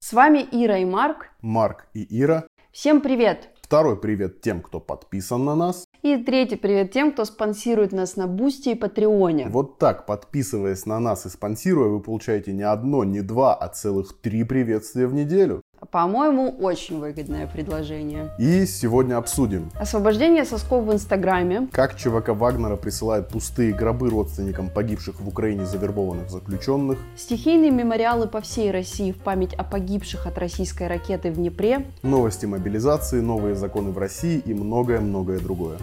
С вами Ира и Марк. Марк и Ира. Всем привет! Второй привет тем, кто подписан на нас. И третий привет тем, кто спонсирует нас на Бусти и Патреоне. Вот так, подписываясь на нас и спонсируя, вы получаете не одно, не два, а целых 3 приветствия в неделю. По-моему, очень выгодное предложение. И сегодня обсудим. Освобождение сосков в Инстаграме. Как ЧВК Вагнера присылает пустые гробы родственникам погибших в Украине завербованных заключенных. Стихийные мемориалы по всей России в память о погибших от российской ракеты в Днепре. Новости мобилизации, новые законы в России и многое-многое другое.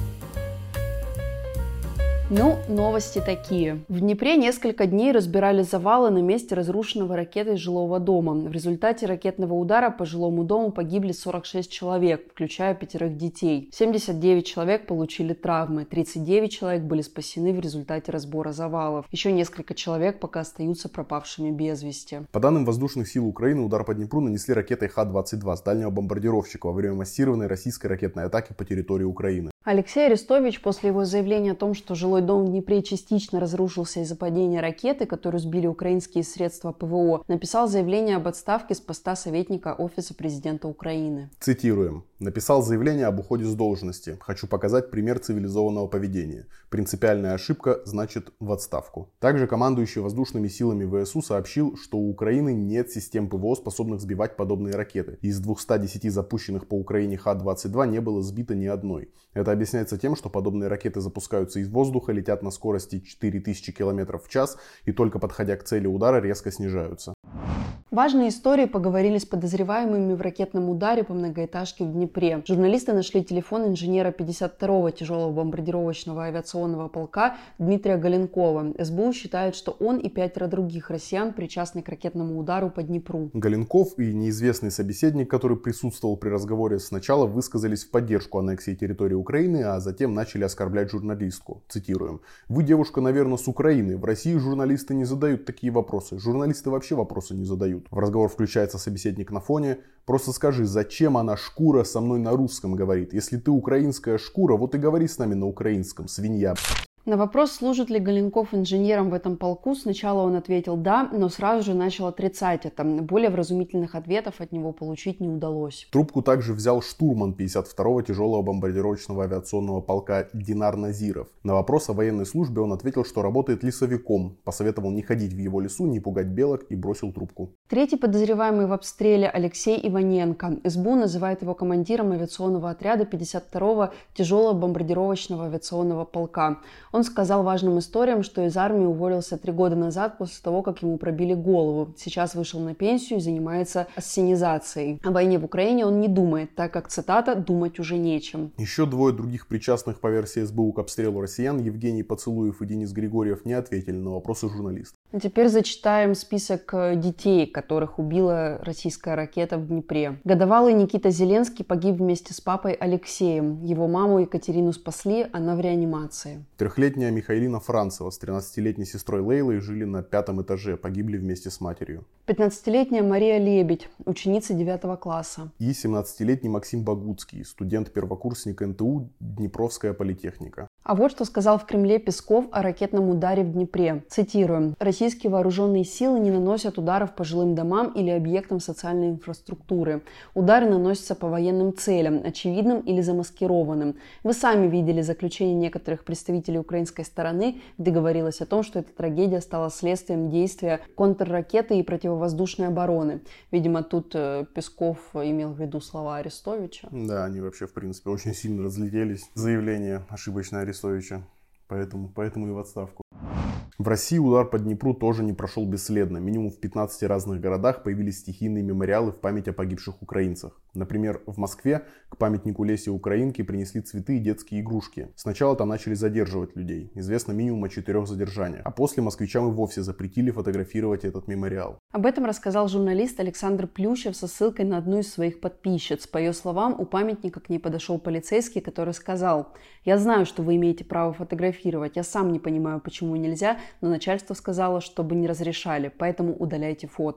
Ну, новости такие. В Днепре несколько дней разбирали завалы на месте разрушенного ракетой жилого дома. В результате ракетного удара по жилому дому погибли 46 человек, включая 5 детей. 79 человек получили травмы, 39 человек были спасены в результате разбора завалов. Еще несколько человек пока остаются пропавшими без вести. По данным воздушных сил Украины, удар по Днепру нанесли ракетой Х-22 с дальнего бомбардировщика во время массированной российской ракетной атаки по территории Украины. Алексей Арестович после его заявления о том, что жилой дом в Днепре частично разрушился из-за падения ракеты, которую сбили украинские средства ПВО, написал заявление об отставке с поста советника Офиса президента Украины. Цитируем. Написал заявление об уходе с должности. Хочу показать пример цивилизованного поведения. Принципиальная ошибка значит в отставку. Также командующий воздушными силами ВСУ сообщил, что у Украины нет систем ПВО, способных сбивать подобные ракеты. Из 210 запущенных по Украине Х-22 не было сбито ни одной. Это объясняется тем, что подобные ракеты запускаются из воздуха, летят на скорости 4000 км в час и только подходя к цели удара резко снижаются. Важные истории поговорили с подозреваемыми в ракетном ударе по многоэтажке в Днепре. Журналисты нашли телефон инженера 52-го тяжелого бомбардировочного авиационного полка Дмитрия Галенкова. СБУ считает, что он и 5 других россиян причастны к ракетному удару по Днепру. Галенков и неизвестный собеседник, который присутствовал при разговоре, сначала высказались в поддержку аннексии территории Украины, а затем начали оскорблять журналистку. Цитируем. «Вы, девушка, наверное, с Украины. В России журналисты не задают такие вопросы. Журналисты вообще вопросы не задают». В разговор включается собеседник на фоне. «Просто скажи, зачем она шкура со мной на русском говорит? Если ты украинская шкура, вот и говори с нами на украинском, свинья». На вопрос, служит ли Галенков инженером в этом полку, сначала он ответил «да», но сразу же начал отрицать это. Более вразумительных ответов от него получить не удалось. Трубку также взял штурман 52-го тяжелого бомбардировочного авиационного полка Динар Назиров. На вопрос о военной службе он ответил, что работает лесовиком, посоветовал не ходить в его лесу, не пугать белок и бросил трубку. Третий подозреваемый в обстреле Алексей Иваненко. СБУ называет его командиром авиационного отряда 52-го тяжелого бомбардировочного авиационного полка. Он сказал важным историям, что из армии уволился 3 года назад после того, как ему пробили голову. Сейчас вышел на пенсию и занимается ассенизацией. О войне в Украине он не думает, так как, цитата, «думать уже нечем». Еще 2 других причастных по версии СБУ к обстрелу россиян, Евгений Поцелуев и Денис Григорьев, не ответили на вопросы журналистов. А теперь зачитаем список детей, которых убила российская ракета в Днепре. Годовалый Никита Зеленский погиб вместе с папой Алексеем. Его маму Екатерину спасли, она в реанимации. 3-летняя Михаилина Францева с 13-летней сестрой Лейлой жили на 5-м этаже, погибли вместе с матерью. 15-летняя Мария Лебедь, ученица 9 класса. И 17-летний Максим Богуцкий, студент-первокурсник НТУ, Днепровская политехника. А вот что сказал в Кремле Песков о ракетном ударе в Днепре. Цитируем. «Российские вооруженные силы не наносят ударов по жилым домам или объектам социальной инфраструктуры. Удары наносятся по военным целям, очевидным или замаскированным. Вы сами видели заключение некоторых представителей украинской стороны, где говорилось о том, что эта трагедия стала следствием действия контрракеты и противовоздушной обороны». Видимо, тут Песков имел в виду слова Арестовича. Да, они вообще, в принципе, очень сильно разлетелись. Заявление ошибочное Арестовича. Поэтому и в отставку. В России удар по Днепру тоже не прошел бесследно. Минимум в 15 разных городах появились стихийные мемориалы в память о погибших украинцах. Например, в Москве к памятнику Лесе Украинки принесли цветы и детские игрушки. Сначала там начали задерживать людей. Известно минимум о 4 задержаниях. А после москвичам и вовсе запретили фотографировать этот мемориал. Об этом рассказал журналист Александр Плющев со ссылкой на одну из своих подписчиц. По ее словам, у памятника к ней подошел полицейский, который сказал: «Я знаю, что вы имеете право фотографировать. Я сам не понимаю, почему нельзя, но начальство сказало, чтобы не разрешали, поэтому удаляйте фото».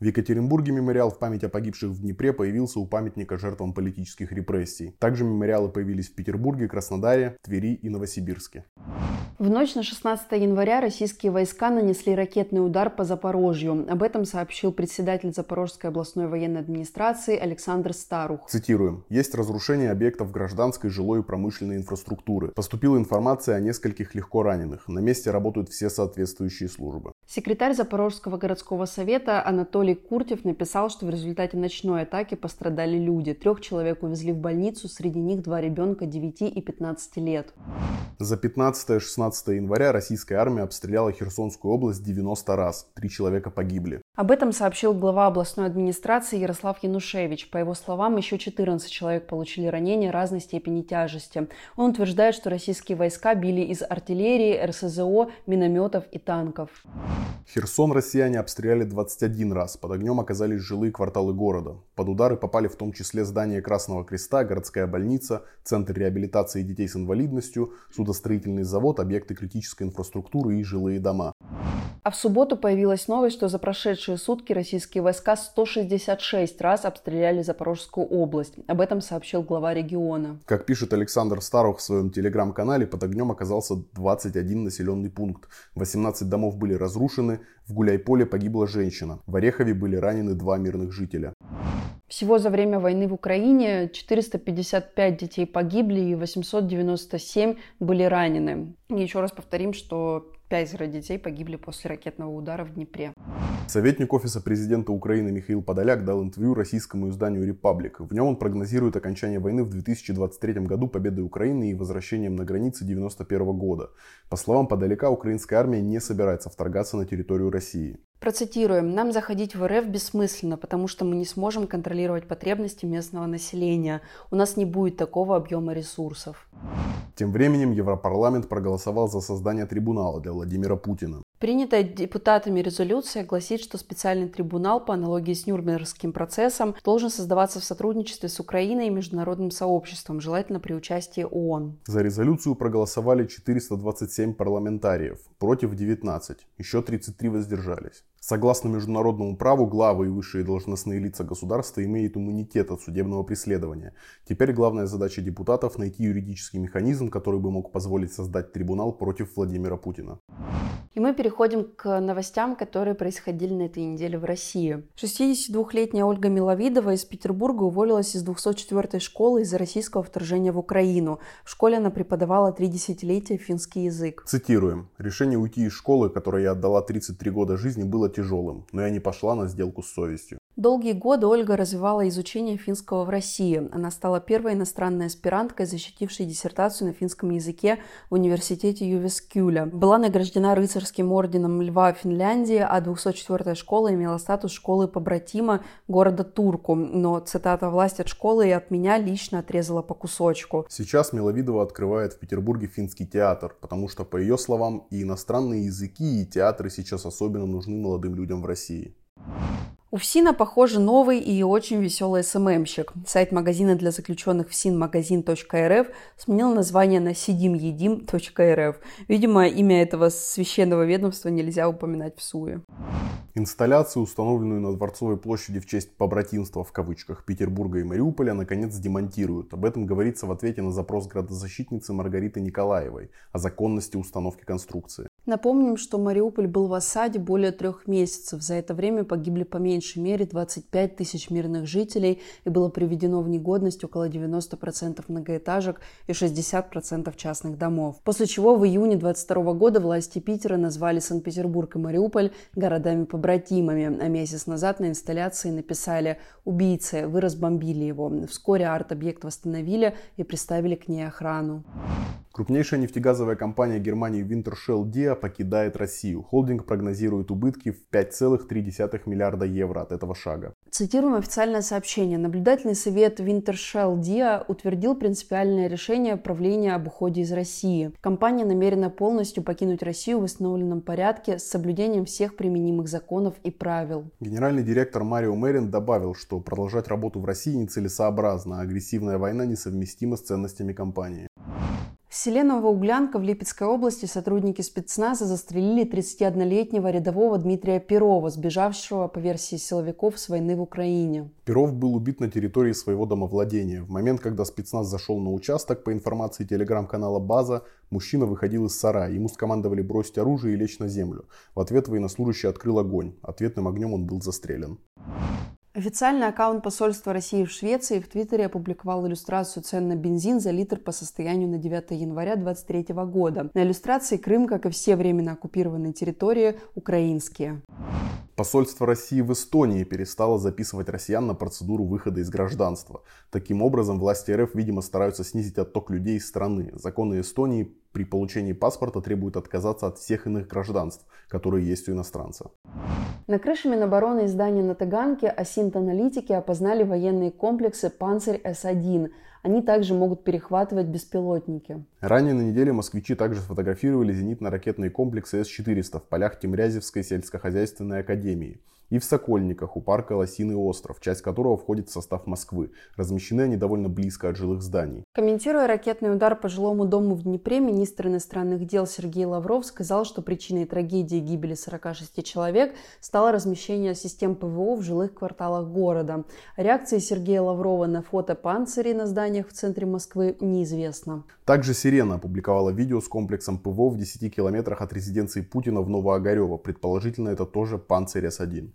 В Екатеринбурге мемориал в память о погибших в Днепре появился у памятника жертвам политических репрессий. Также мемориалы появились в Петербурге, Краснодаре, Твери и Новосибирске. В ночь на 16 января российские войска нанесли ракетный удар по Запорожью. Об этом сообщил председатель Запорожской областной военной администрации Александр Старух. Цитируем. Есть разрушение объектов гражданской, жилой и промышленной инфраструктуры. Поступила информация о нескольких легко раненых. На месте работают все соответствующие службы. Секретарь Запорожского городского совета Анатолий Куртев написал, что в результате ночной атаки пострадали люди. 3 человек увезли в больницу, среди них 2 ребенка 9 и 15 лет. За 15-16 января российская армия обстреляла Херсонскую область 90 раз. 3 человека погибли. Об этом сообщил глава областной администрации Ярослав Янушевич. По его словам, еще 14 человек получили ранения разной степени тяжести. Он утверждает, что российские войска били из артиллерии, РСЗО, минометов и танков. Херсон россияне обстреляли 21 раз. Под огнем оказались жилые кварталы города. Под удары попали в том числе здание Красного Креста, городская больница, центр реабилитации детей с инвалидностью, судостроительный завод, объекты критической инфраструктуры и жилые дома. А в субботу появилась новость, что за прошедшие сутки российские войска 166 раз обстреляли Запорожскую область. Об этом сообщил глава региона. Как пишет Александр Старух в своем телеграм-канале, под огнем оказался 21 населенный пункт. 18 домов были разрушены, в Гуляйполе погибла женщина. В Орехове были ранены 2 мирных жителя. Всего за время войны в Украине 455 детей погибли и 897 были ранены. И еще раз повторим, что 5 детей погибли после ракетного удара в Днепре. Советник Офиса президента Украины Михаил Подоляк дал интервью российскому изданию «Репаблик». В нем он прогнозирует окончание войны в 2023 году победой Украины и возвращением на границы 1991 года. По словам Подоляка, украинская армия не собирается вторгаться на территорию России. Процитируем. «Нам заходить в РФ бессмысленно, потому что мы не сможем контролировать потребности местного населения. У нас не будет такого объема ресурсов». Тем временем Европарламент проголосовал за создание трибунала для Владимира Путина. Принятая депутатами резолюция гласит, что специальный трибунал по аналогии с Нюрнбергским процессом должен создаваться в сотрудничестве с Украиной и международным сообществом, желательно при участии ООН. За резолюцию проголосовали 427 парламентариев, против 19, еще 33 воздержались. Согласно международному праву, главы и высшие должностные лица государства имеют иммунитет от судебного преследования. Теперь главная задача депутатов – найти юридический механизм, который бы мог позволить создать трибунал против Владимира Путина. И мы переходим к новостям, которые происходили на этой неделе в России. 62-летняя Ольга Миловидова из Петербурга уволилась из 204-й школы из-за российского вторжения в Украину. В школе она преподавала 3 десятилетия финский язык. Цитируем. «Решение уйти из школы, которой я отдала 33 года жизни, было тяжелым, но я не пошла на сделку с совестью». Долгие годы Ольга развивала изучение финского в России. Она стала первой иностранной аспиранткой, защитившей диссертацию на финском языке в университете Ювескюля. Была награждена рыцарским орденом Льва Финляндии, а 204-я школа имела статус школы-побратима города Турку. Но, цитата, «власть от школы и от меня лично отрезала по кусочку». Сейчас Миловидова открывает в Петербурге финский театр, потому что, по ее словам, и иностранные языки, и театры сейчас особенно нужны молодым людям в России. У ФСИНа, похоже, новый и очень веселый СММщик. Сайт магазина для заключенных ФСИН-магазин.рф сменил название на сидимедим.рф. Видимо, имя этого священного ведомства нельзя упоминать в СУЕ. Инсталляцию, установленную на Дворцовой площади в честь «побратимства» в кавычках Петербурга и Мариуполя, наконец демонтируют. Об этом говорится в ответе на запрос градозащитницы Маргариты Николаевой о законности установки конструкции. Напомним, что Мариуполь был в осаде более 3 месяцев. За это время погибли по меньшей мере 25 тысяч мирных жителей и было приведено в негодность около 90% многоэтажек и 60% частных домов. После чего в июне 2022 года власти Питера назвали Санкт-Петербург и Мариуполь городами-побратимами, а месяц назад на инсталляции написали «Убийцы, вы разбомбили его». Вскоре арт-объект восстановили и приставили к ней охрану. Крупнейшая нефтегазовая компания Германии Wintershall Dea покидает Россию. Холдинг прогнозирует убытки в 5,3 миллиарда евро от этого шага. Цитируем официальное сообщение. Наблюдательный совет Wintershall Dea утвердил принципиальное решение правления об уходе из России. Компания намерена полностью покинуть Россию в восстановленном порядке с соблюдением всех применимых законов и правил. Генеральный директор Марио Мерин добавил, что продолжать работу в России нецелесообразно, а агрессивная война несовместима с ценностями компании. В селе Новоуглянка в Липецкой области сотрудники спецназа застрелили 31-летнего рядового Дмитрия Перова, сбежавшего, по версии силовиков, с войны в Украине. Перов был убит на территории своего домовладения. В момент, когда спецназ зашел на участок, по информации телеграм-канала «База», мужчина выходил из сарая. Ему скомандовали бросить оружие и лечь на землю. В ответ военнослужащий открыл огонь. Ответным огнем он был застрелен. Официальный аккаунт посольства России в Швеции в Твиттере опубликовал иллюстрацию цен на бензин за литр по состоянию на 9 января 2023 года. На иллюстрации Крым, как и все временно оккупированные территории, украинские. Посольство России в Эстонии перестало записывать россиян на процедуру выхода из гражданства. Таким образом, власти РФ, видимо, стараются снизить отток людей из страны. Законы Эстонии при получении паспорта требуют отказаться от всех иных гражданств, которые есть у иностранца. На крыше Минобороны и здания на Таганке осинт-аналитики опознали военные комплексы «Панцирь С-1». Они также могут перехватывать беспилотники. Ранее на неделе москвичи также сфотографировали зенитно-ракетные комплексы С-400 в полях Тимирязевской сельскохозяйственной академии и в Сокольниках у парка Лосиный остров, часть которого входит в состав Москвы. Размещены они довольно близко от жилых зданий. Комментируя ракетный удар по жилому дому в Днепре, министр иностранных дел Сергей Лавров сказал, что причиной трагедии гибели 46 человек стало размещение систем ПВО в жилых кварталах города. Реакции Сергея Лаврова на фото панцирей на зданиях в центре Москвы неизвестно. Также «Сирена» опубликовала видео с комплексом ПВО в 10 километрах от резиденции Путина в Новоогарево. Предположительно, это тоже «Панцирь С-1».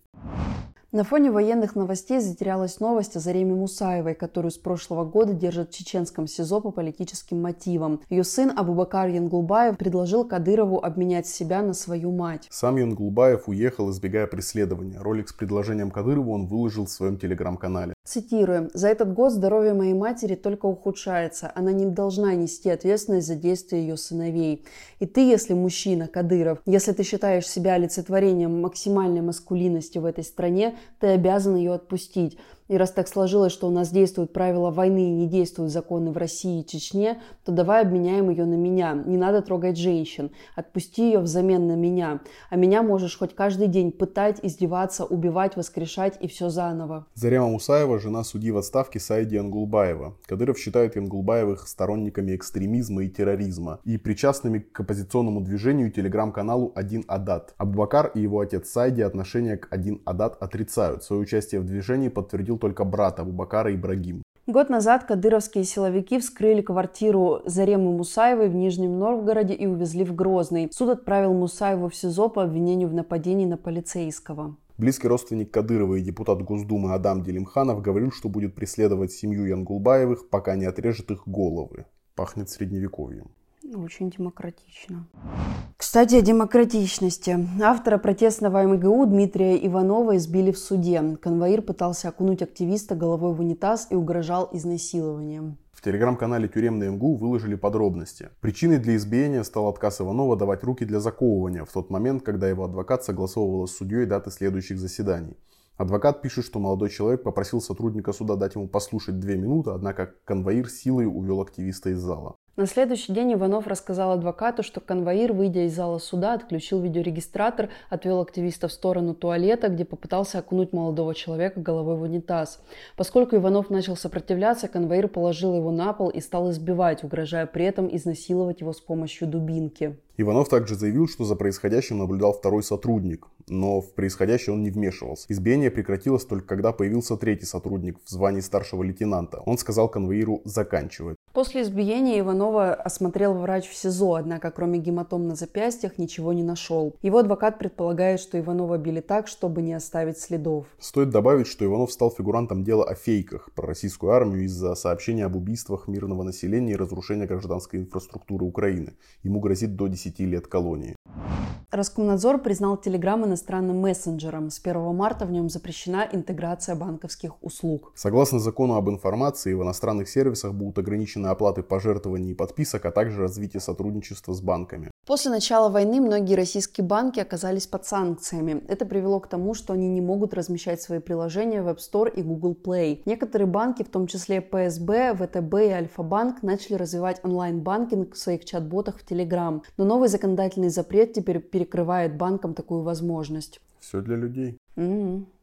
На фоне военных новостей затерялась новость о Зареме Мусаевой, которую с прошлого года держат в чеченском СИЗО по политическим мотивам. Ее сын Абубакар Янгулбаев предложил Кадырову обменять себя на свою мать. Сам Янгулбаев уехал, избегая преследования. Ролик с предложением Кадырову он выложил в своем телеграм-канале. Цитирую. «За этот год здоровье моей матери только ухудшается. Она не должна нести ответственность за действия ее сыновей. И ты, если мужчина, Кадыров, если ты считаешь себя олицетворением максимальной маскулинности в этой стране, ты обязан ее отпустить. И раз так сложилось, что у нас действуют правила войны и не действуют законы в России и Чечне, то давай обменяем ее на меня. Не надо трогать женщин. Отпусти ее взамен на меня. А меня можешь хоть каждый день пытать, издеваться, убивать, воскрешать и все заново». Зарема Мусаева – жена судьи в отставке Саиди Янгулбаева. Кадыров считает Янгулбаевых сторонниками экстремизма и терроризма и причастными к оппозиционному движению и телеграм-каналу «Один Адат». Абубакар и его отец Саиди отношение к «Один Адат» отрицают. Свое участие в движении подтвердил только брат Абубакара Ибрагим. Год назад кадыровские силовики вскрыли квартиру Заремы Мусаевой в Нижнем Новгороде и увезли в Грозный. Суд отправил Мусаеву в СИЗО по обвинению в нападении на полицейского. Близкий родственник Кадырова и депутат Госдумы Адам Делимханов говорил, что будет преследовать семью Янгулбаевых, пока не отрежет их головы. Пахнет средневековьем. Очень демократично. Кстати, о демократичности. Автора протестного МГУ Дмитрия Иванова избили в суде. Конвоир пытался окунуть активиста головой в унитаз и угрожал изнасилованием. В телеграм-канале «Тюремный МГУ» выложили подробности. Причиной для избиения стал отказ Иванова давать руки для заковывания в тот момент, когда его адвокат согласовывала с судьей даты следующих заседаний. Адвокат пишет, что молодой человек попросил сотрудника суда дать ему послушать 2 минуты, однако конвоир силой увел активиста из зала. На следующий день Иванов рассказал адвокату, что конвоир, выйдя из зала суда, отключил видеорегистратор, отвел активиста в сторону туалета, где попытался окунуть молодого человека головой в унитаз. Поскольку Иванов начал сопротивляться, конвоир положил его на пол и стал избивать, угрожая при этом изнасиловать его с помощью дубинки. Иванов также заявил, что за происходящим наблюдал второй сотрудник, но в происходящее он не вмешивался. Избиение прекратилось только когда появился третий сотрудник в звании старшего лейтенанта. Он сказал конвоиру «заканчивать». После избиения Иванова осмотрел врач в СИЗО, однако кроме гематом на запястьях ничего не нашел. Его адвокат предполагает, что Иванова били так, чтобы не оставить следов. Стоит добавить, что Иванов стал фигурантом дела о фейках про российскую армию из-за сообщения об убийствах мирного населения и разрушения гражданской инфраструктуры Украины. Ему грозит до 10 лет колонии. Роскомнадзор признал Telegram иностранным мессенджером. С 1 марта в нем запрещена интеграция банковских услуг. Согласно закону об информации, в иностранных сервисах будут ограничены оплаты пожертвований и подписок, а также развитие сотрудничества с банками. После начала войны многие российские банки оказались под санкциями. Это привело к тому, что они не могут размещать свои приложения в App Store и Google Play. Некоторые банки, в том числе ПСБ, ВТБ и Альфа-банк, начали развивать онлайн-банкинг в своих чат-ботах в Telegram. Но новый законодательный запрет теперь перекрывает банкам такую возможность. Все для людей.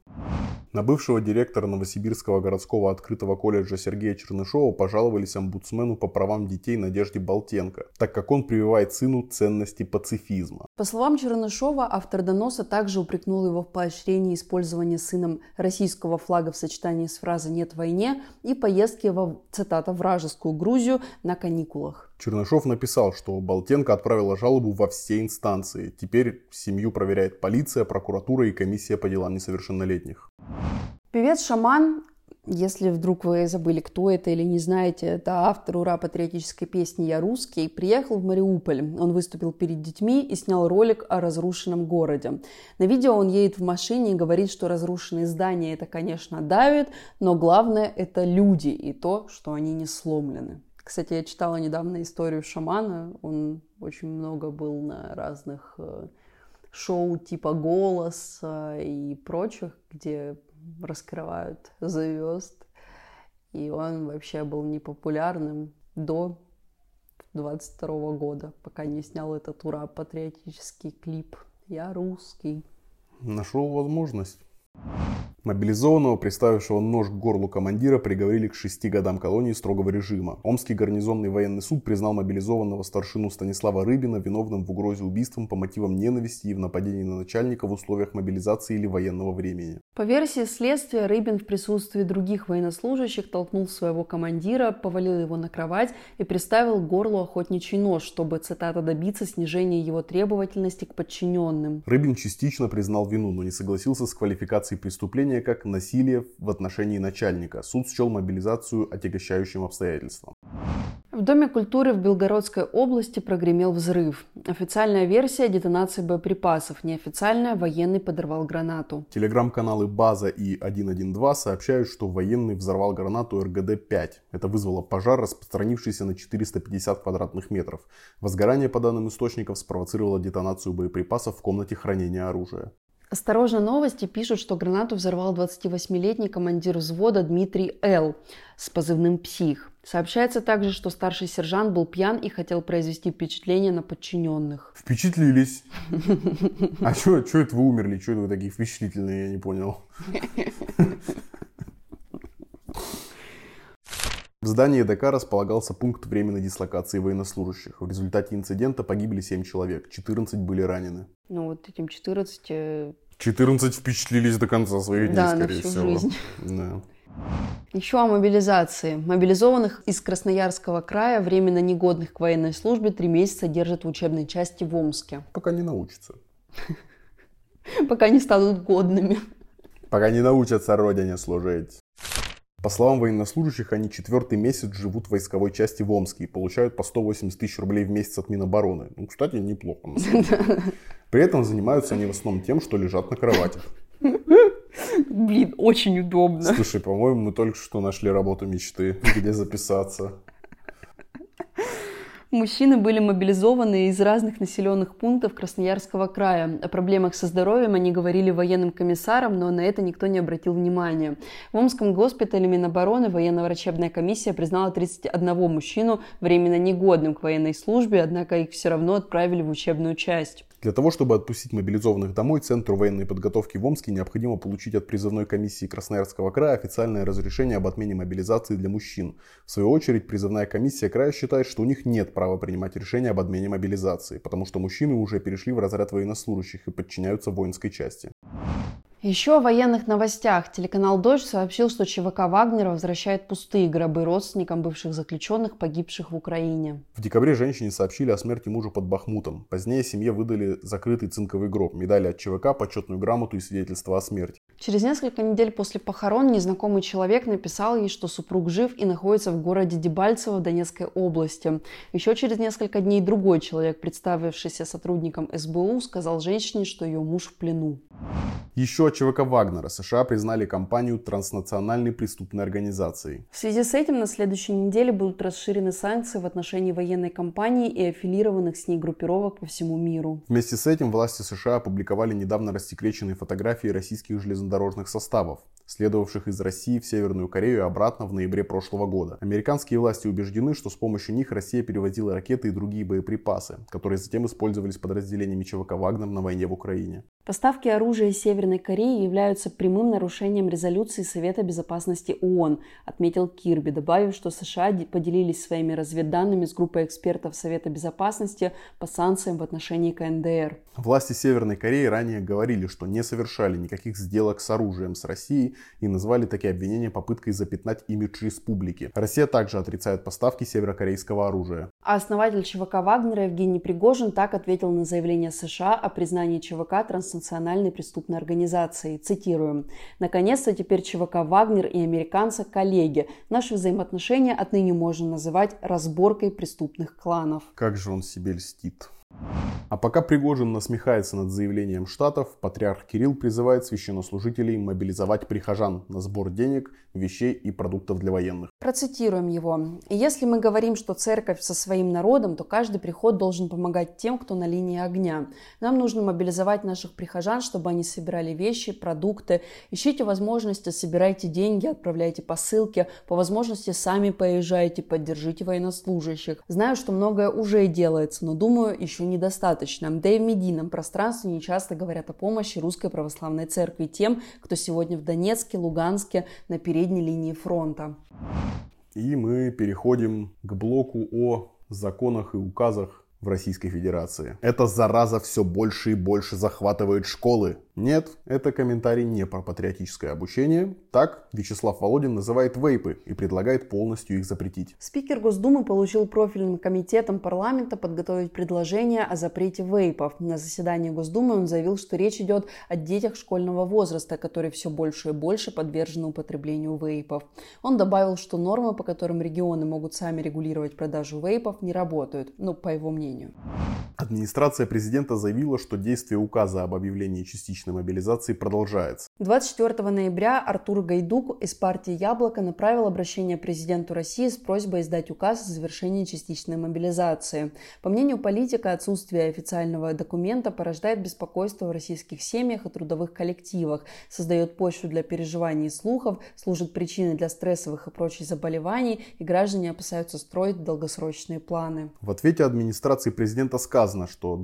На бывшего директора Новосибирского городского открытого колледжа Сергея Чернышова пожаловались омбудсмену по правам детей Надежде Болтенко, так как он прививает сыну ценности пацифизма. По словам Чернышова, автор доноса также упрекнул его в поощрении использования сыном российского флага в сочетании с фразой «нет войне» и поездки в, цитата, «вражескую Грузию» на каникулах. Чернышов написал, что Болтенко отправила жалобу во все инстанции. Теперь семью проверяет полиция, прокуратура и комиссия по делам несовершеннолетних. Певец-шаман, если вдруг вы забыли, кто это или не знаете, это автор ура-патриотической песни «Я русский», приехал в Мариуполь. Он выступил перед детьми и снял ролик о разрушенном городе. На видео он едет в машине и говорит, что разрушенные здания это, конечно, давит, но главное это люди и то, что они не сломлены. Кстати, я читала недавно историю шамана. Он очень много был на разных шоу типа «Голос» и прочих, где раскрывают звезд. И он вообще был непопулярным до 22 года, пока не снял этот ура-патриотический клип «Я русский». Нашел возможность. Мобилизованного, приставившего нож к горлу командира, приговорили к 6 годам колонии строгого режима. Омский гарнизонный военный суд признал мобилизованного старшину Станислава Рыбина виновным в угрозе убийством по мотивам ненависти и в нападении на начальника в условиях мобилизации или военного времени. По версии следствия, Рыбин в присутствии других военнослужащих толкнул своего командира, повалил его на кровать и приставил к горлу охотничий нож, чтобы, цитата, добиться снижения его требовательности к подчиненным. Рыбин частично признал вину, но не согласился с квалификацией преступления как насилие в отношении начальника. Суд счел мобилизацию отягощающим обстоятельством. В Доме культуры в Белгородской области прогремел взрыв. Официальная версия – детонация боеприпасов, неофициальная – военный подорвал гранату. Телеграм-каналы «База» и 112 сообщают, что военный взорвал гранату РГД-5. Это вызвало пожар, распространившийся на 450 квадратных метров. Возгорание, по данным источников, спровоцировало детонацию боеприпасов в комнате хранения оружия. Осторожно, новости пишут, что гранату взорвал 28-летний командир взвода Дмитрий Л. с позывным «Псих». Сообщается также, что старший сержант был пьян и хотел произвести впечатление на подчиненных. Впечатлились. А что это вы умерли? Что это вы такие впечатлительные? Я не понял. В здании ДК располагался пункт временной дислокации военнослужащих. В результате инцидента погибли 7 человек, 14 были ранены. Ну вот этим 14... 14 впечатлились до конца своих дней, да, скорее на всю всего. Жизнь. Да. Еще о мобилизации. Мобилизованных из Красноярского края, временно негодных к военной службе, 3 месяца держат в учебной части в Омске. Пока не научатся. Пока не станут годными. Пока не научатся родине служить. По словам военнослужащих, они 4-й месяц живут в войсковой части в Омске и получают по 180 тысяч рублей в месяц от Минобороны. Ну, кстати, неплохо. При этом занимаются они в основном тем, что лежат на кроватях. Блин, очень удобно. Слушай, по-моему, мы только что нашли работу мечты, где записаться. Мужчины были мобилизованы из разных населенных пунктов Красноярского края. О проблемах со здоровьем они говорили военным комиссарам, но на это никто не обратил внимания. В Омском госпитале Минобороны военно-врачебная комиссия признала 31 мужчину временно негодным к военной службе, однако их все равно отправили в учебную часть. Для того, чтобы отпустить мобилизованных домой, Центру военной подготовки в Омске необходимо получить от призывной комиссии Красноярского края официальное разрешение об отмене мобилизации для мужчин. В свою очередь, призывная комиссия края считает, что у них нет права принимать решение об отмене мобилизации, потому что мужчины уже перешли в разряд военнослужащих и подчиняются воинской части. Еще о военных новостях. Телеканал «Дождь» сообщил, что ЧВК Вагнера возвращает пустые гробы родственникам бывших заключенных, погибших в Украине. В декабре женщине сообщили о смерти мужа под Бахмутом. Позднее семье выдали закрытый цинковый гроб, медали от ЧВК, почетную грамоту и свидетельство о смерти. Через несколько недель после похорон незнакомый человек написал ей, что супруг жив и находится в городе Дебальцево в Донецкой области. Еще через несколько дней другой человек, представившийся сотрудником СБУ, сказал женщине, что ее муж в плену. Еще от ЧВК Вагнера США признали компанию транснациональной преступной организацией. В связи с этим на следующей неделе будут расширены санкции в отношении военной компании и аффилированных с ней группировок по всему миру. Вместе с этим власти США опубликовали недавно рассекреченные фотографии российских железнодорожных составов, следовавших из России в Северную Корею и обратно в ноябре прошлого года. Американские власти убеждены, что с помощью них Россия перевозила ракеты и другие боеприпасы, которые затем использовались подразделениями ЧВК «Вагнер» на войне в Украине. Поставки оружия из Северной Кореи являются прямым нарушением резолюции Совета Безопасности ООН, отметил Кирби, добавив, что США поделились своими разведданными с группой экспертов Совета Безопасности по санкциям в отношении КНДР. Власти Северной Кореи ранее говорили, что не совершали никаких сделок с оружием с Россией и назвали такие обвинения попыткой запятнать имидж республики. Россия также отрицает поставки северокорейского оружия. А основатель ЧВК Вагнера Евгений Пригожин так ответил на заявление США о признании ЧВК транснациональной преступной организацией. Цитируем. «Наконец-то теперь ЧВК Вагнер и американцы – коллеги. Наши взаимоотношения отныне можно называть разборкой преступных кланов». Как же он себе льстит. А пока Пригожин насмехается над заявлением Штатов, патриарх Кирилл призывает священнослужителей мобилизовать прихожан на сбор денег, вещей и продуктов для военных. Процитируем его. «Если мы говорим, что церковь со своим народом, то каждый приход должен помогать тем, кто на линии огня. Нам нужно мобилизовать наших прихожан, чтобы они собирали вещи, продукты. Ищите возможности, собирайте деньги, отправляйте посылки. По возможности сами поезжайте, поддержите военнослужащих. Знаю, что многое уже делается, но думаю, еще недостаточно. Да и в медийном пространстве нечасто говорят о помощи Русской Православной Церкви тем, кто сегодня в Донецке, Луганске на передней линии фронта». И мы переходим к блоку о законах и указах в Российской Федерации. Эта зараза все больше и больше захватывает школы. Нет, это комментарий не про патриотическое обучение. Так, Вячеслав Володин называет вейпы и предлагает полностью их запретить. Спикер Госдумы получил профильным комитетом парламента подготовить предложение о запрете вейпов. На заседании Госдумы он заявил, что речь идет о детях школьного возраста, которые все больше и больше подвержены употреблению вейпов. Он добавил, что нормы, по которым регионы могут сами регулировать продажу вейпов, не работают, по его мнению. Администрация президента заявила, что действие указа об объявлении частичной мобилизации продолжается. 24 ноября Артур Гайдук из партии «Яблоко» направил обращение президенту России с просьбой издать указ о завершении частичной мобилизации. По мнению политика, отсутствие официального документа порождает беспокойство в российских семьях и трудовых коллективах, создает почву для переживаний и слухов, служит причиной для стрессовых и прочих заболеваний, и граждане опасаются строить долгосрочные планы. В ответе администрации президента сказано, что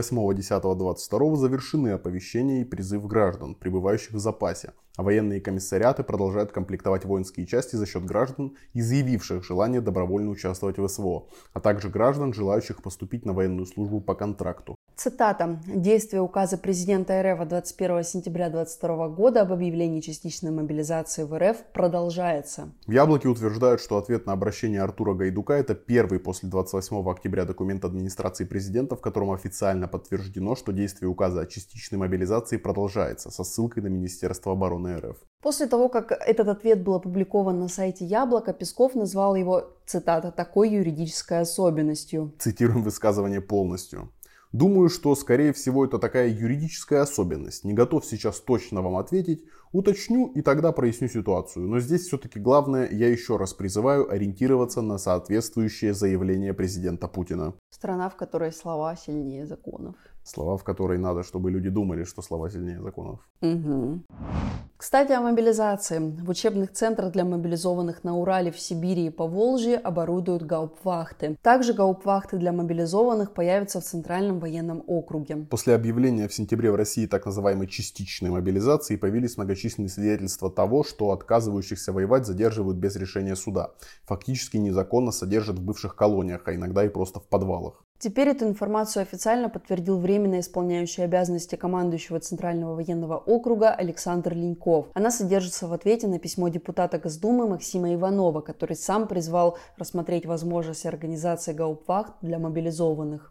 28.10.22 завершены оповещения и призыв граждан, пребывающих в запасе, а военные комиссариаты продолжают комплектовать воинские части за счет граждан, изъявивших желание добровольно участвовать в СВО, а также граждан, желающих поступить на военную службу по контракту. Цитата. «Действие указа президента РФ от 21 сентября 2022 года об объявлении частичной мобилизации в РФ продолжается». В «Яблоке» утверждают, что ответ на обращение Артура Гайдука – это первый после 28 октября документ администрации президента, в котором официально подтверждено, что действие указа о частичной мобилизации продолжается, со ссылкой на Министерство обороны РФ. После того, как этот ответ был опубликован на сайте «Яблоко», Песков назвал его, цитата, «такой юридической особенностью». Цитируем высказывание полностью. Думаю, что, скорее всего, это такая юридическая особенность. Не готов сейчас точно вам ответить. Уточню и тогда проясню ситуацию. Но здесь все-таки главное, я еще раз призываю ориентироваться на соответствующее заявление президента Путина. Страна, в которой слова сильнее законов. Слова, в которой надо, чтобы люди думали, что слова сильнее законов. Угу. Кстати, о мобилизации. В учебных центрах для мобилизованных на Урале, в Сибири и Поволжье оборудуют гауптвахты. Также гауптвахты для мобилизованных появятся в Центральном военном округе. После объявления в сентябре в России так называемой частичной мобилизации появились многочисленные свидетельства того, что отказывающихся воевать задерживают без решения суда. Фактически незаконно содержат в бывших колониях, а иногда и просто в подвалах. Теперь эту информацию официально подтвердил временно исполняющий обязанности командующего Центрального военного округа Александр Леньков. Она содержится в ответе на письмо депутата Госдумы Максима Иванова, который сам призвал рассмотреть возможность организации гауптвахт для мобилизованных.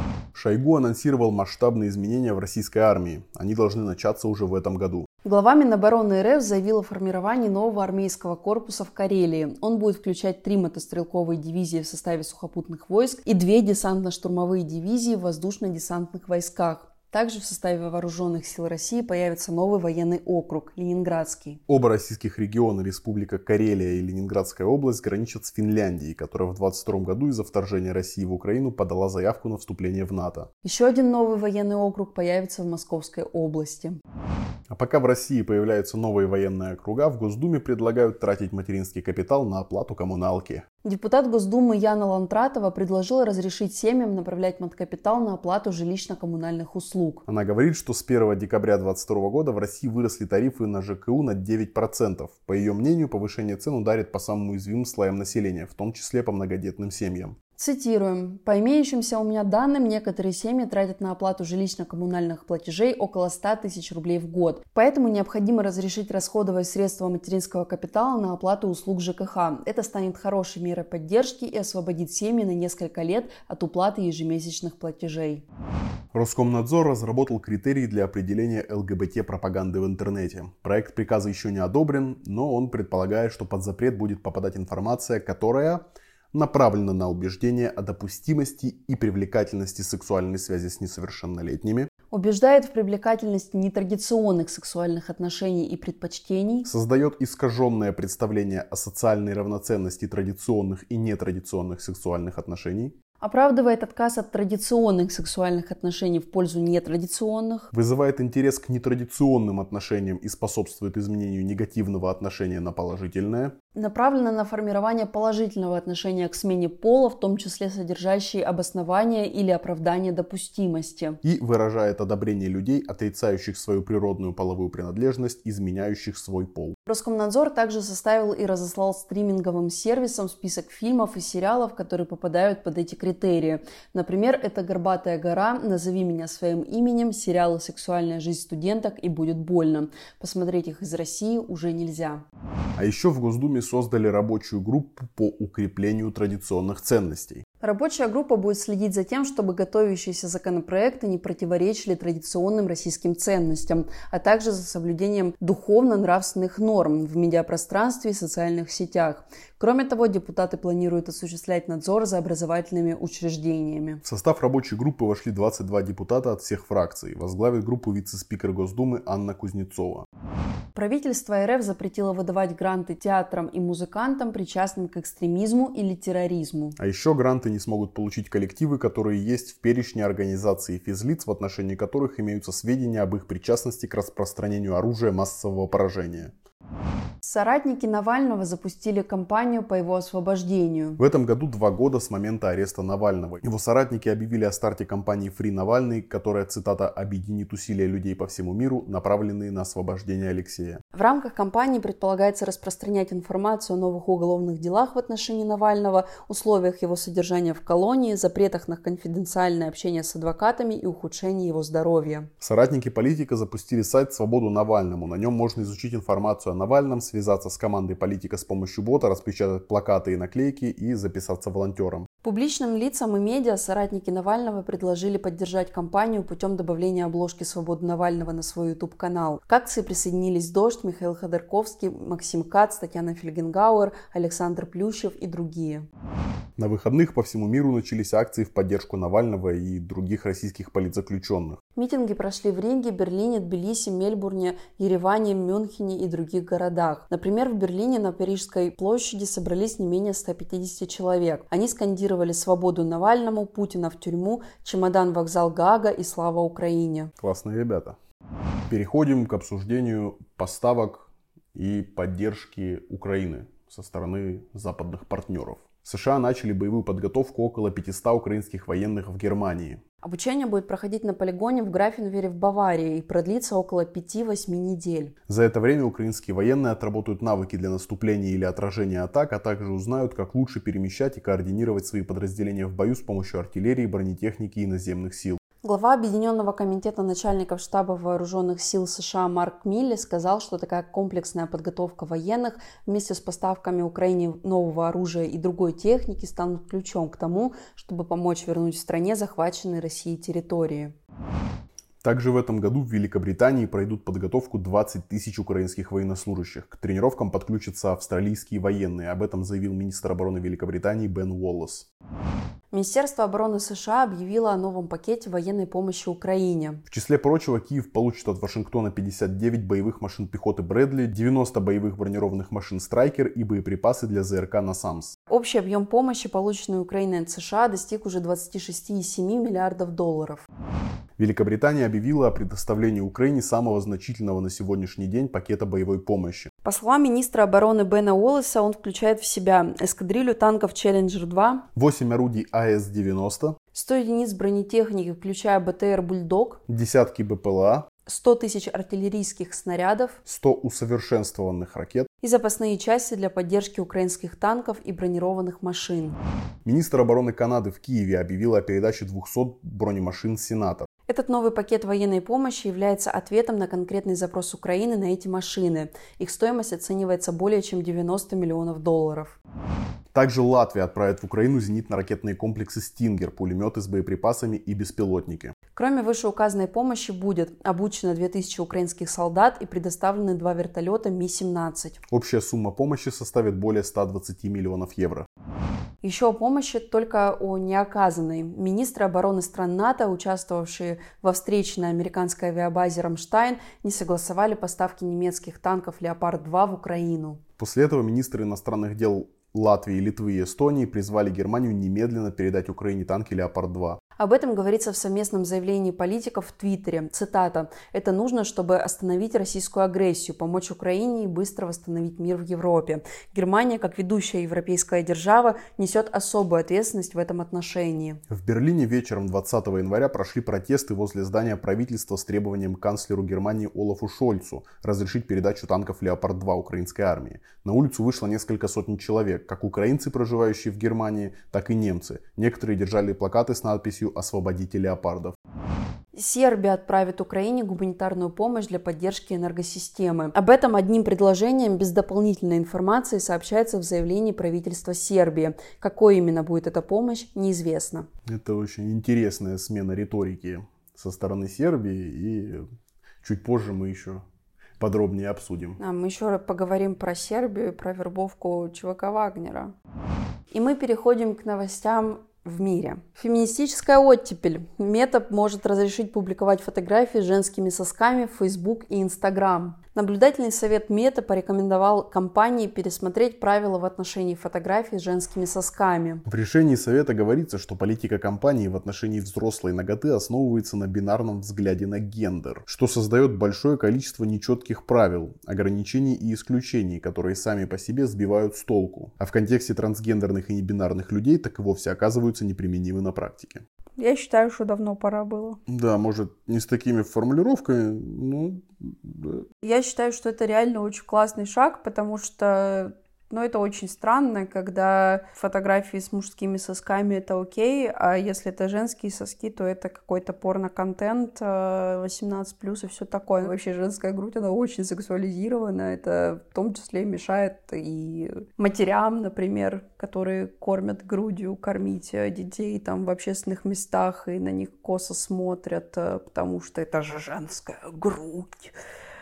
Шойгу анонсировал масштабные изменения в российской армии. Они должны начаться уже в этом году. Глава Минобороны РФ заявил о формировании нового армейского корпуса в Карелии. Он будет включать 3 мотострелковые дивизии в составе сухопутных войск и 2 десантно-штурмовые дивизии в воздушно-десантных войсках. Также в составе вооруженных сил России появится новый военный округ – Ленинградский. Оба российских региона, Республика Карелия и Ленинградская область, граничат с Финляндией, которая в 2022 году из-за вторжения России в Украину подала заявку на вступление в НАТО. Еще один новый военный округ появится в Московской области. А пока в России появляются новые военные округа, в Госдуме предлагают тратить материнский капитал на оплату коммуналки. Депутат Госдумы Яна Лантратова предложила разрешить семьям направлять маткапитал на оплату жилищно-коммунальных услуг. Она говорит, что с 1 декабря 2022 года в России выросли тарифы на ЖКУ на 9%. По ее мнению, повышение цен ударит по самым уязвимым слоям населения, в том числе по многодетным семьям. Цитируем. «По имеющимся у меня данным, некоторые семьи тратят на оплату жилищно-коммунальных платежей около 100 тысяч рублей в год. Поэтому необходимо разрешить расходовать средства материнского капитала на оплату услуг ЖКХ. Это станет хорошей мерой поддержки и освободит семьи на несколько лет от уплаты ежемесячных платежей». Роскомнадзор разработал критерии для определения ЛГБТ-пропаганды в интернете. Проект приказа еще не одобрен, но он предполагает, что под запрет будет попадать информация, которая направлена на убеждение о допустимости и привлекательности сексуальной связи с несовершеннолетними, убеждает в привлекательности нетрадиционных сексуальных отношений и предпочтений, создает искаженное представление о социальной равноценности традиционных и нетрадиционных сексуальных отношений, оправдывает отказ от традиционных сексуальных отношений в пользу нетрадиционных, вызывает интерес к нетрадиционным отношениям и способствует изменению негативного отношения на положительное, направлена на формирование положительного отношения к смене пола, в том числе содержащие обоснования или оправдание допустимости, и выражает одобрение людей, отрицающих свою природную половую принадлежность, изменяющих свой пол. Роскомнадзор также составил и разослал стриминговым сервисам список фильмов и сериалов, которые попадают под эти критерии. Например, это «Горбатая гора», «Назови меня своим именем», сериалы «Сексуальная жизнь студенток» и «Будет больно». Посмотреть их из России уже нельзя. А еще в Госдуме создали рабочую группу по укреплению традиционных ценностей. Рабочая группа будет следить за тем, чтобы готовящиеся законопроекты не противоречили традиционным российским ценностям, а также за соблюдением духовно-нравственных норм в медиапространстве и социальных сетях. Кроме того, депутаты планируют осуществлять надзор за образовательными учреждениями. В состав рабочей группы вошли 22 депутата от всех фракций. Возглавит группу вице-спикер Госдумы Анна Кузнецова. Правительство РФ запретило выдавать гранты театрам и музыкантам, причастным к экстремизму или терроризму. А еще гранты не смогут получить коллективы, которые есть в перечне организаций и физлиц, в отношении которых имеются сведения об их причастности к распространению оружия массового поражения. Соратники Навального запустили кампанию по его освобождению. В этом году 2 года с момента ареста Навального. Его соратники объявили о старте кампании «Free Навальный», которая, цитата, «объединит усилия людей по всему миру, направленные на освобождение Алексея». В рамках кампании предполагается распространять информацию о новых уголовных делах в отношении Навального, условиях его содержания в колонии, запретах на конфиденциальное общение с адвокатами и ухудшении его здоровья. Соратники политика запустили сайт «Свободу Навальному». На нем можно изучить информацию о Навальном, связаться с командой политика с помощью бота, распечатать плакаты и наклейки и записаться волонтером. Публичным лицам и медиа соратники Навального предложили поддержать кампанию путем добавления обложки «Свободы Навального» на свой YouTube-канал. К акции присоединились «Дождь», Михаил Ходорковский, Максим Кац, Татьяна Фельгенгауэр, Александр Плющев и другие. На выходных по всему миру начались акции в поддержку Навального и других российских политзаключенных. Митинги прошли в Риге, Берлине, Тбилиси, Мельбурне, Ереване, Мюнхене и других городах. Например, в Берлине на Парижской площади собрались не менее 150 человек. Они скандировали «Свободу Навальному», «Путина в тюрьму», «Чемодан, вокзал Гаага» и «Слава Украине». Классные ребята. Переходим к обсуждению поставок и поддержки Украины со стороны западных партнеров. США начали боевую подготовку около 500 украинских военных в Германии. Обучение будет проходить на полигоне в Графенвере в Баварии и продлится около 5-8 недель. За это время украинские военные отработают навыки для наступления или отражения атак, а также узнают, как лучше перемещать и координировать свои подразделения в бою с помощью артиллерии, бронетехники и наземных сил. Глава Объединенного комитета начальников штаба вооруженных сил США Марк Милли сказал, что такая комплексная подготовка военных вместе с поставками Украине нового оружия и другой техники станут ключом к тому, чтобы помочь вернуть в стране захваченные Россией территории. Также в этом году в Великобритании пройдут подготовку 20 тысяч украинских военнослужащих. К тренировкам подключатся австралийские военные. Об этом заявил министр обороны Великобритании Бен Уоллес. Министерство обороны США объявило о новом пакете военной помощи Украине. В числе прочего, Киев получит от Вашингтона 59 боевых машин пехоты Брэдли, 90 боевых бронированных машин Страйкер и боеприпасы для ЗРК «Насамс». Общий объем помощи, полученной Украиной от США, достиг уже 26,7 миллиардов долларов. Великобритания объявила о предоставлении Украине самого значительного на сегодняшний день пакета боевой помощи. По словам министра обороны Бена Уоллеса, он включает в себя эскадрилью танков «Челленджер-2», 8 орудий АС-90, 100 единиц бронетехники, включая БТР «Бульдог», десятки БПЛА, 100 тысяч артиллерийских снарядов, 100 усовершенствованных ракет и запасные части для поддержки украинских танков и бронированных машин. Министр обороны Канады в Киеве объявил о передаче 200 бронемашин «Сенатор». Этот новый пакет военной помощи является ответом на конкретный запрос Украины на эти машины. Их стоимость оценивается более чем $90 миллионов. Также Латвия отправит в Украину зенитно-ракетные комплексы «Стингер», пулеметы с боеприпасами и беспилотники. Кроме вышеуказанной помощи будет обучено 2000 украинских солдат и предоставлены 2 вертолета Ми-17. Общая сумма помощи составит более 120 миллионов евро. Еще о помощи, только о неоказанной. Министры обороны стран НАТО, участвовавшие во встрече на американской авиабазе «Рамштайн», не согласовали поставки немецких танков «Леопард-2» в Украину. После этого министры иностранных дел Латвии, Литвы и Эстонии призвали Германию немедленно передать Украине танки «Леопард-2». Об этом говорится в совместном заявлении политиков в Твиттере. Цитата. «Это нужно, чтобы остановить российскую агрессию, помочь Украине и быстро восстановить мир в Европе. Германия, как ведущая европейская держава, несет особую ответственность в этом отношении». В Берлине вечером 20 января прошли протесты возле здания правительства с требованием канцлеру Германии Олафу Шольцу разрешить передачу танков «Леопард-2» украинской армии. На улицу вышло несколько сотен человек, как украинцы, проживающие в Германии, так и немцы. Некоторые держали плакаты с надписью «Освободите леопардов». Сербия отправит Украине гуманитарную помощь для поддержки энергосистемы. Об этом одним предложением без дополнительной информации сообщается в заявлении правительства Сербии. Какой именно будет эта помощь, неизвестно. Это очень интересная смена риторики со стороны Сербии, и чуть позже мы еще подробнее обсудим. Мы еще поговорим про Сербию и про вербовку ЧВК Вагнера. И мы переходим к новостям в мире. Феминистическая оттепель. Мета может разрешить публиковать фотографии с женскими сосками в Facebook и Instagram. Наблюдательный совет Мета порекомендовал компании пересмотреть правила в отношении фотографий с женскими сосками. В решении совета говорится, что политика компании в отношении взрослой наготы основывается на бинарном взгляде на гендер, что создает большое количество нечетких правил, ограничений и исключений, которые сами по себе сбивают с толку, а в контексте трансгендерных и небинарных людей так и вовсе оказываются неприменимы на практике. Я считаю, что давно пора было. Да, может, не с такими формулировками, но да. Я считаю, что это реально очень классный шаг, потому что, это очень странно, когда фотографии с мужскими сосками это окей, а если это женские соски, то это какой-то порно-контент 18+, и все такое. Вообще женская грудь, она очень сексуализирована, это в том числе мешает и матерям, например, которые кормят грудью, кормить детей там в общественных местах и на них косо смотрят, потому что это же женская грудь.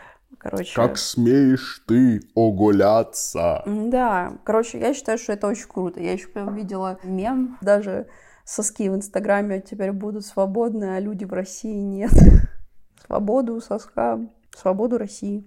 Как смеешь ты оголяться? Да, я считаю, что это очень круто. Я еще прям видела мем, даже соски в Инстаграме теперь будут свободны, а люди в России нет. Свободу соскам, свободу России.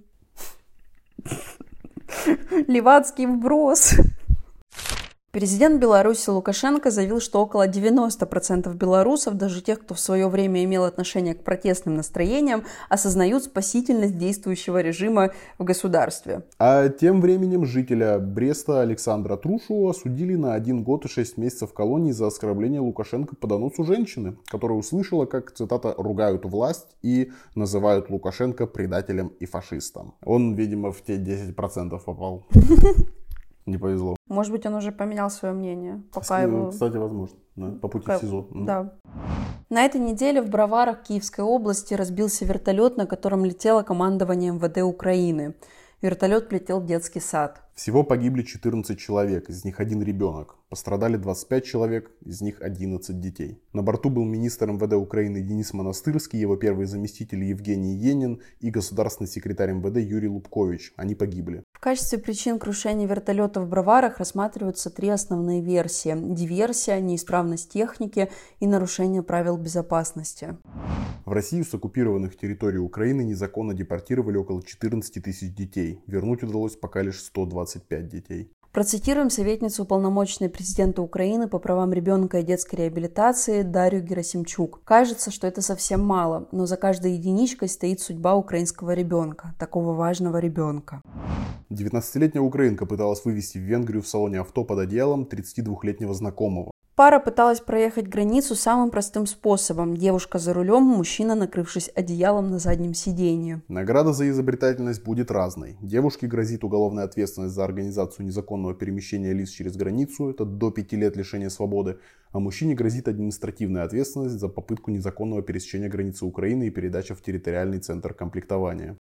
Левацкий вброс. Президент Беларуси Лукашенко заявил, что около 90% белорусов, даже тех, кто в свое время имел отношение к протестным настроениям, осознают спасительность действующего режима в государстве. А тем временем жителя Бреста Александра Трушу осудили на 1 год и 6 месяцев колонии за оскорбление Лукашенко по доносу женщины, которая услышала, как, цитата, «ругают власть и называют Лукашенко предателем и фашистом». Он, видимо, в те 10% попал. Не повезло. Может быть, он уже поменял свое мнение. Кстати, возможно. Да, по пути в СИЗО. Да. На этой неделе в Броварах Киевской области разбился вертолет, на котором летело командование МВД Украины. Вертолет летел в детский сад. Всего погибли 14 человек, из них 1 ребенок. Пострадали 25 человек, из них 11 детей. На борту был министр МВД Украины Денис Монастырский, его первый заместитель Евгений Енин и государственный секретарь МВД Юрий Лубкович. Они погибли. В качестве причин крушения вертолета в Броварах рассматриваются 3 основные версии. Диверсия, неисправность техники и нарушение правил безопасности. В Россию с оккупированных территорий Украины незаконно депортировали около 14 тысяч детей. Вернуть удалось пока лишь 125 детей. Процитируем советницу уполномоченной президента Украины по правам ребенка и детской реабилитации Дарью Герасимчук. Кажется, что это совсем мало, но за каждой единичкой стоит судьба украинского ребенка, такого важного ребенка. 19-летняя украинка пыталась вывести в Венгрию в салоне авто под одеялом 32-летнего знакомого. Пара пыталась проехать границу самым простым способом. Девушка за рулем, мужчина, накрывшись одеялом на заднем сиденье. Награда за изобретательность будет разной. Девушке грозит уголовная ответственность за организацию незаконного перемещения лиц через границу, это до 5 лет лишения свободы, а мужчине грозит административная ответственность за попытку незаконного пересечения границы Украины и передача в территориальный центр комплектования.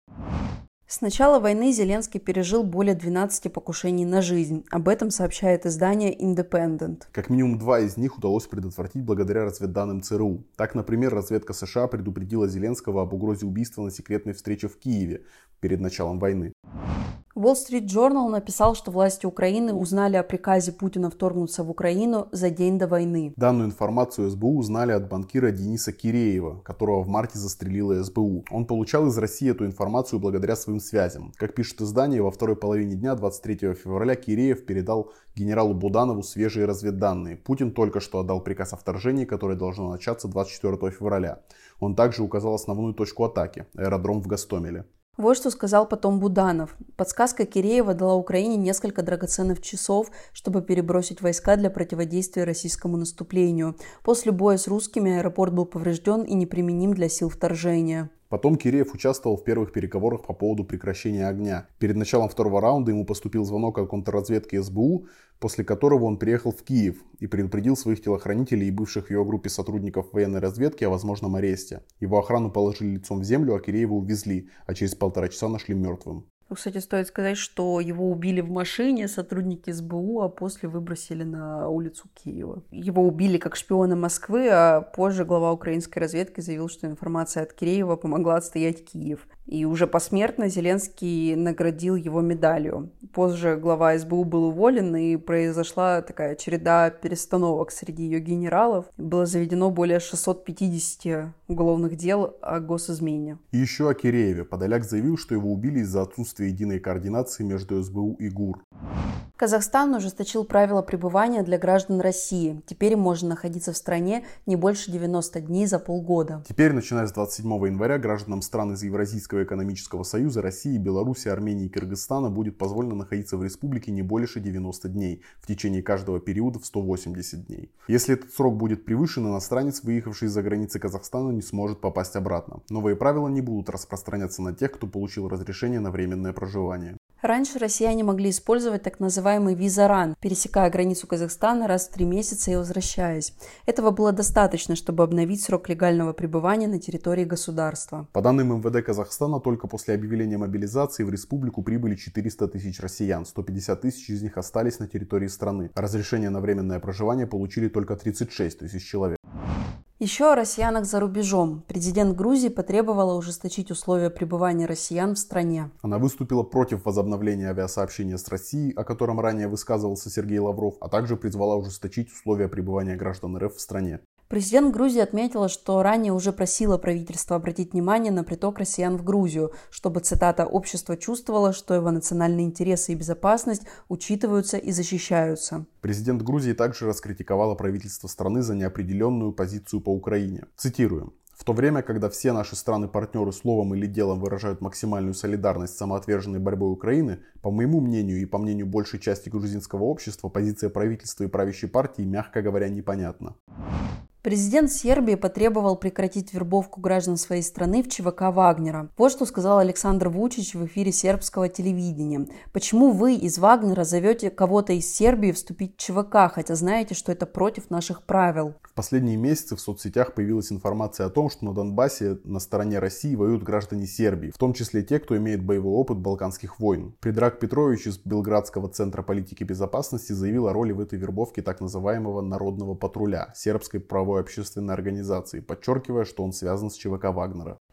С начала войны Зеленский пережил более 12 покушений на жизнь. Об этом сообщает издание Independent. Как минимум 2 из них удалось предотвратить благодаря разведданным ЦРУ. Так, например, разведка США предупредила Зеленского об угрозе убийства на секретной встрече в Киеве перед началом войны. Wall Street Journal написал, что власти Украины узнали о приказе Путина вторгнуться в Украину за день до войны. Данную информацию СБУ узнали от банкира Дениса Киреева, которого в марте застрелила СБУ. Он получал из России эту информацию благодаря своим связям. Как пишет издание, во второй половине дня 23 февраля Киреев передал генералу Буданову свежие разведданные. Путин только что отдал приказ о вторжении, которое должно начаться 24 февраля. Он также указал основную точку атаки – аэродром в Гостомеле. Вот что сказал потом Буданов. Подсказка Киреева дала Украине несколько драгоценных часов, чтобы перебросить войска для противодействия российскому наступлению. После боя с русскими аэропорт был поврежден и неприменим для сил вторжения. Потом Киреев участвовал в первых переговорах по поводу прекращения огня. Перед началом второго раунда ему поступил звонок от контрразведки СБУ, после которого он приехал в Киев и предупредил своих телохранителей и бывших в его группе сотрудников военной разведки о возможном аресте. Его охрану положили лицом в землю, а Киреева увезли, а через 1,5 часа нашли мертвым. Кстати, стоит сказать, что его убили в машине сотрудники СБУ, а после выбросили на улицу Киева. Его убили как шпиона Москвы, а позже глава украинской разведки заявил, что информация от Киреева помогла отстоять Киев. И уже посмертно Зеленский наградил его медалью. Позже глава СБУ был уволен, и произошла такая череда перестановок среди ее генералов. Было заведено более 650 уголовных дел о госизмене. И еще о Кирееве. Подоляк заявил, что его убили из-за отсутствия единой координации между СБУ и ГУР. Казахстан ужесточил правила пребывания для граждан России. Теперь им можно находиться в стране не больше 90 дней за полгода. Теперь, начиная с 27 января, гражданам стран из Евразийского экономического союза, России, Беларуси, Армении и Кыргызстана будет позволено находиться в республике не больше 90 дней, в течение каждого периода в 180 дней. Если этот срок будет превышен, иностранец, выехавший из-за границы Казахстана, не сможет попасть обратно. Новые правила не будут распространяться на тех, кто получил разрешение на временное проживание. Раньше россияне могли использовать так называемый виза-ран, пересекая границу Казахстана раз в 3 месяца и возвращаясь. Этого было достаточно, чтобы обновить срок легального пребывания на территории государства. По данным МВД Казахстана, только после объявления мобилизации в республику прибыли 400 тысяч россиян, 150 тысяч из них остались на территории страны. Разрешение на временное проживание получили только 36 тысяч человек. Еще о россиянах за рубежом. Президент Грузии потребовала ужесточить условия пребывания россиян в стране. Она выступила против возобновления авиасообщения с Россией, о котором ранее высказывался Сергей Лавров, а также призвала ужесточить условия пребывания граждан РФ в стране. Президент Грузии отметила, что ранее уже просила правительство обратить внимание на приток россиян в Грузию, чтобы, цитата, «общество чувствовало, что его национальные интересы и безопасность учитываются и защищаются». Президент Грузии также раскритиковала правительство страны за неопределенную позицию по Украине. Цитируем. В то время, когда все наши страны-партнеры словом или делом выражают максимальную солидарность с самоотверженной борьбой Украины, по моему мнению и по мнению большей части грузинского общества, позиция правительства и правящей партии, мягко говоря, непонятна. Президент Сербии потребовал прекратить вербовку граждан своей страны в ЧВК Вагнера. Вот что сказал Александр Вучич в эфире сербского телевидения. Почему вы из Вагнера зовете кого-то из Сербии вступить в ЧВК, хотя знаете, что это против наших правил? В последние месяцы в соцсетях появилась информация о том, что на Донбассе на стороне России воюют граждане Сербии, в том числе те, кто имеет боевой опыт Балканских войн. Предраг Петрович из Белградского центра политики безопасности заявил о роли в этой вербовке так называемого народного патруля, сербской правовой общественной организации, подчеркивая, что он связан с ЧВК Вагнера.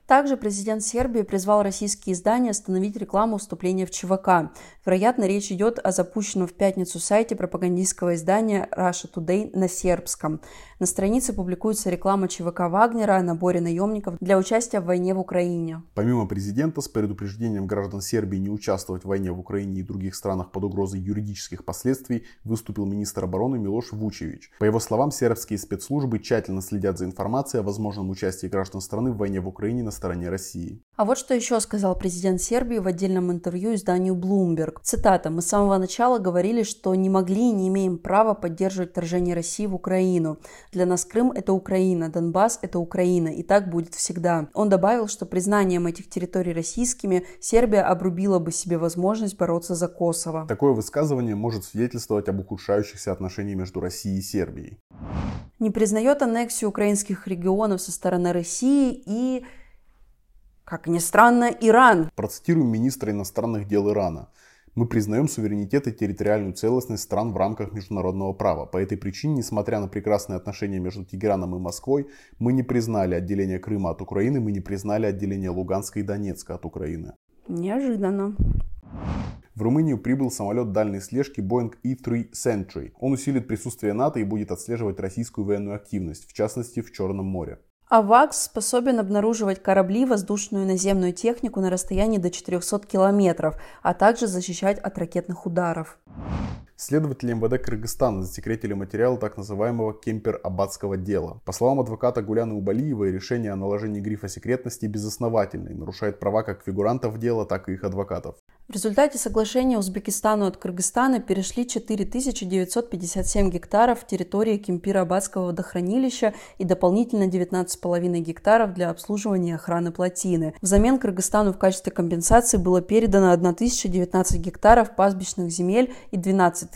Также президент Сербии призвал российские издания остановить рекламу вступления в ЧВК. Вероятно, речь идет о запущенном в пятницу сайте пропагандистского издания Russia Today на сербском. На странице публикуется реклама ЧВК Вагнера о наборе наемников для участия в войне в Украине. Помимо президента, с предупреждением граждан Сербии не участвовать в войне в Украине и других странах под угрозой юридических последствий выступил министр обороны Милош Вучевич. По его словам, сербские спецслужбы тщательно следят за информацией о возможном участии граждан страны в войне в Украине на стороне России. А вот что еще сказал президент Сербии в отдельном интервью изданию Bloomberg. Цитата: «Мы с самого начала говорили, что не могли и не имеем права поддерживать вторжение России в Украину. Для нас Крым – это Украина, Донбасс – это Украина, и так будет всегда». Он добавил, что признанием этих территорий российскими Сербия обрубила бы себе возможность бороться за Косово. Такое высказывание может свидетельствовать об ухудшающихся отношениях между Россией и Сербией. Не признает аннексию украинских регионов со стороны России и, как ни странно, Иран. Процитируем министра иностранных дел Ирана. «Мы признаем суверенитет и территориальную целостность стран в рамках международного права. По этой причине, несмотря на прекрасные отношения между Тегераном и Москвой, мы не признали отделение Крыма от Украины, мы не признали отделение Луганска и Донецка от Украины». Неожиданно. В Румынию прибыл самолет дальней слежки Boeing E-3 Sentry. Он усилит присутствие НАТО и будет отслеживать российскую военную активность, в частности в Черном море. АВАКС способен обнаруживать корабли, воздушную и наземную технику на расстоянии до 400 километров, а также защищать от ракетных ударов. Следователи МВД Кыргызстана засекретили материалы так называемого кемпер-аббатского дела. По словам адвоката Гуляны Убалиевой, решение о наложении грифа секретности безосновательно и нарушает права как фигурантов дела, так и их адвокатов. В результате соглашения Узбекистану от Кыргызстана перешли 4957 гектаров территории Кемпир-Абадского водохранилища и дополнительно 19,5 гектаров для обслуживания и охраны плотины. Взамен Кыргызстану в качестве компенсации было передано 1019 гектаров пастбищных земель и 12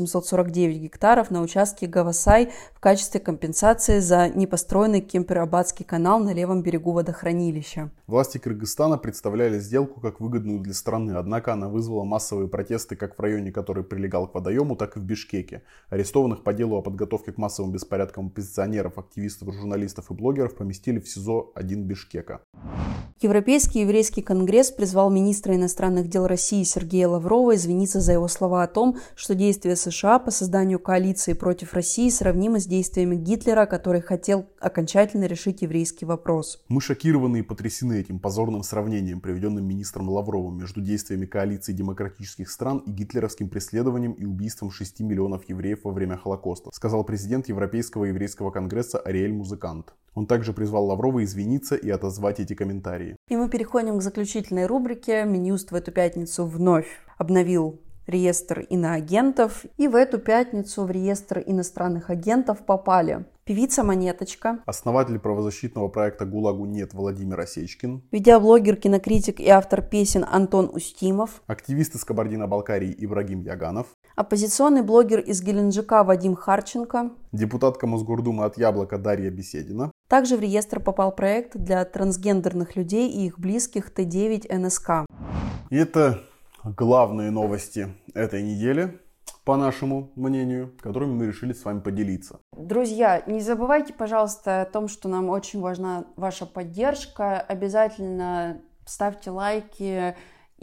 849 гектаров на участке Гавасай в качестве компенсации за непостроенный Кемпир-Абадский канал на левом берегу водохранилища. Власти Кыргызстана представляли сделку как выгодную для страны, однако она вызвала массовые протесты как в районе, который прилегал к водоему, так и в Бишкеке. Арестованных по делу о подготовке к массовым беспорядкам оппозиционеров, активистов, журналистов и блогеров поместили в СИЗО-1 Бишкека. Европейский еврейский конгресс призвал министра иностранных дел России Сергея Лаврова извиниться за его слова о том, что действия США по созданию коалиции против России сравнимы с действиями Гитлера, который хотел окончательно решить еврейский вопрос. Мы шокированы и потрясены этим позорным сравнением, приведенным министром Лавровым, между действиями коалиции демократических стран и гитлеровским преследованием и убийством 6 миллионов евреев во время Холокоста, сказал президент Европейского еврейского конгресса Ариэль Музыкант. Он также призвал Лаврова извиниться и отозвать эти комментарии. И мы переходим к заключительной рубрике. Минюст в эту пятницу вновь обновил реестр иноагентов. И в эту пятницу в реестр иностранных агентов попали певица Монеточка, основатель правозащитного проекта «ГУЛАГу нет» Владимир Осечкин, видеоблогер, кинокритик и автор песен Антон Устимов, активист из Кабардино-Балкарии Ибрагим Яганов, оппозиционный блогер из Геленджика Вадим Харченко, депутатка Мосгордумы от Яблока Дарья Беседина. Также в реестр попал проект для трансгендерных людей и их близких Т9 НСК. И это главные новости этой недели, по нашему мнению, которыми мы решили с вами поделиться. Друзья, не забывайте, пожалуйста, о том, что нам очень важна ваша поддержка. Обязательно ставьте лайки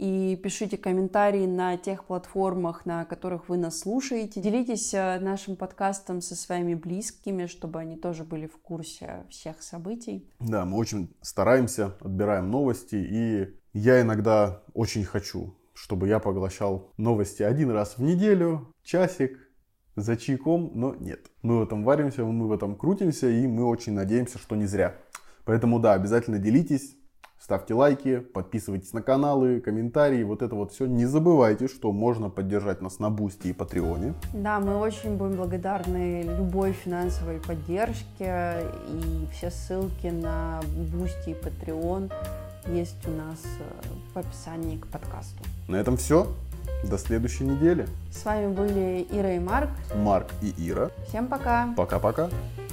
и пишите комментарии на тех платформах, на которых вы нас слушаете. Делитесь нашим подкастом со своими близкими, чтобы они тоже были в курсе всех событий. Да, мы очень стараемся, отбираем новости, и я иногда очень хочу, чтобы я поглощал новости один раз в неделю, часик, за чайком, но нет. Мы в этом варимся, мы в этом крутимся, и мы очень надеемся, что не зря. Поэтому да, обязательно делитесь, ставьте лайки, подписывайтесь на каналы, комментарии, вот это вот все. Не забывайте, что можно поддержать нас на Бусти и Патреоне. Да, мы очень будем благодарны любой финансовой поддержке, и все ссылки на Бусти и Patreon есть у нас в описании к подкасту. На этом все. До следующей недели. С вами были Ира и Марк. Марк и Ира. Всем пока. Пока-пока.